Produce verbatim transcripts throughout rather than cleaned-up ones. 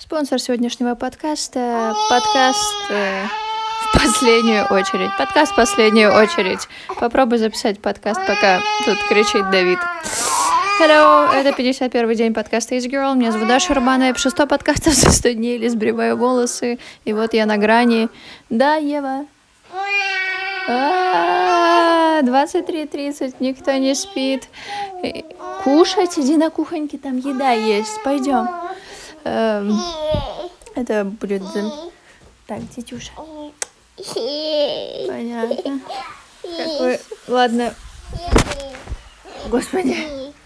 Спонсор сегодняшнего подкаста — подкаст э, в последнюю очередь. Подкаст в последнюю очередь. Попробуй записать подкаст, пока тут кричит Давид. Hello, это пятьдесят первый день подкаста Is Girl. Меня зовут Даша Рубанова. Я пишу сто подкастов за сто дней, или сбриваю волосы. И вот я на грани. Да, Ева? двадцать три тридцать, никто не спит. Кушать, иди на кухоньке, там еда есть. Пойдем. Это будет... Так, тетюша. Понятно. Как вы... Ладно. Господи.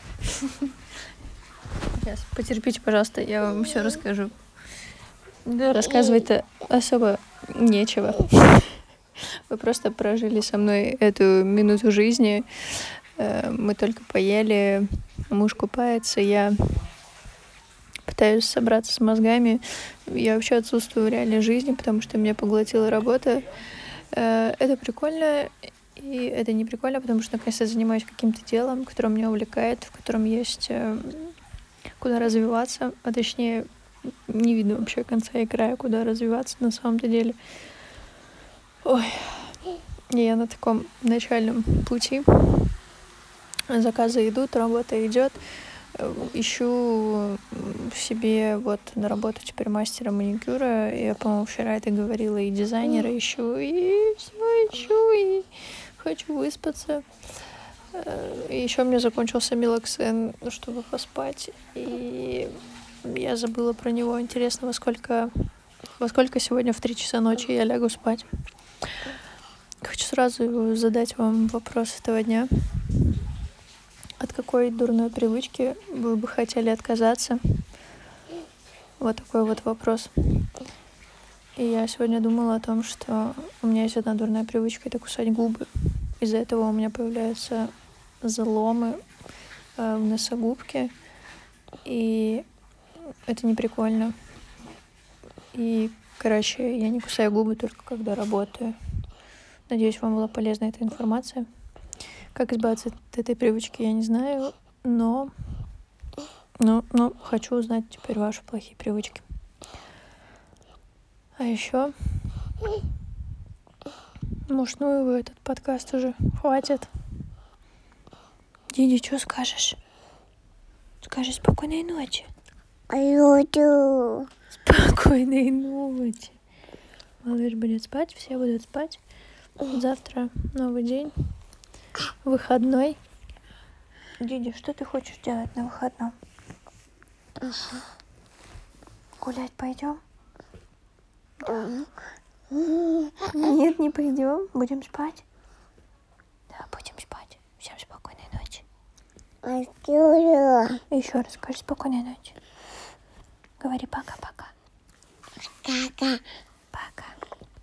Сейчас, потерпите, пожалуйста, я вам все расскажу. Да, рассказывать-то особо нечего. Вы просто прожили со мной эту минуту жизни. Мы только поели, муж купается, я пытаюсь собраться с мозгами. Я вообще отсутствую в реальной жизни, потому что меня поглотила работа. Это прикольно, и это не прикольно, потому что наконец-то я занимаюсь каким-то делом, которое меня увлекает, в котором есть куда развиваться, а точнее не видно вообще конца и края, куда развиваться на самом-то деле. Ой, я на таком начальном пути. Заказы идут, работа идет. Ищу себе вот на работу теперь мастера маникюра. Я, по-моему, вчера это говорила, и дизайнера ищу, и все ищу, и хочу выспаться. И еще у меня закончился милоксен, чтобы поспать. И я забыла про него. Интересно, во сколько, во сколько сегодня в три часа ночи я лягу спать. Хочу сразу задать вам вопрос этого дня. От какой дурной привычки вы бы хотели отказаться? Вот такой вот вопрос. И я сегодня думала о том, что у меня есть одна дурная привычка — это кусать губы. Из-за этого у меня появляются заломы э, в носогубке. И это не прикольно. И, короче, я не кусаю губы только когда работаю. Надеюсь, вам была полезна эта информация. Как избавиться от этой привычки, я не знаю, но, но, но хочу узнать теперь ваши плохие привычки. А еще, может, ну его этот подкаст уже хватит. Диди, что скажешь? Скажи спокойной ночи. Спокойной ночи. Малыш будет спать, все будут спать. Завтра новый день. Выходной. Диди, что ты хочешь делать на выходном? Гулять пойдем? Нет, не пойдем. Будем спать? Да, будем спать. Всем спокойной ночи. Еще раз скажи спокойной ночи. Говори пока-пока. Пока.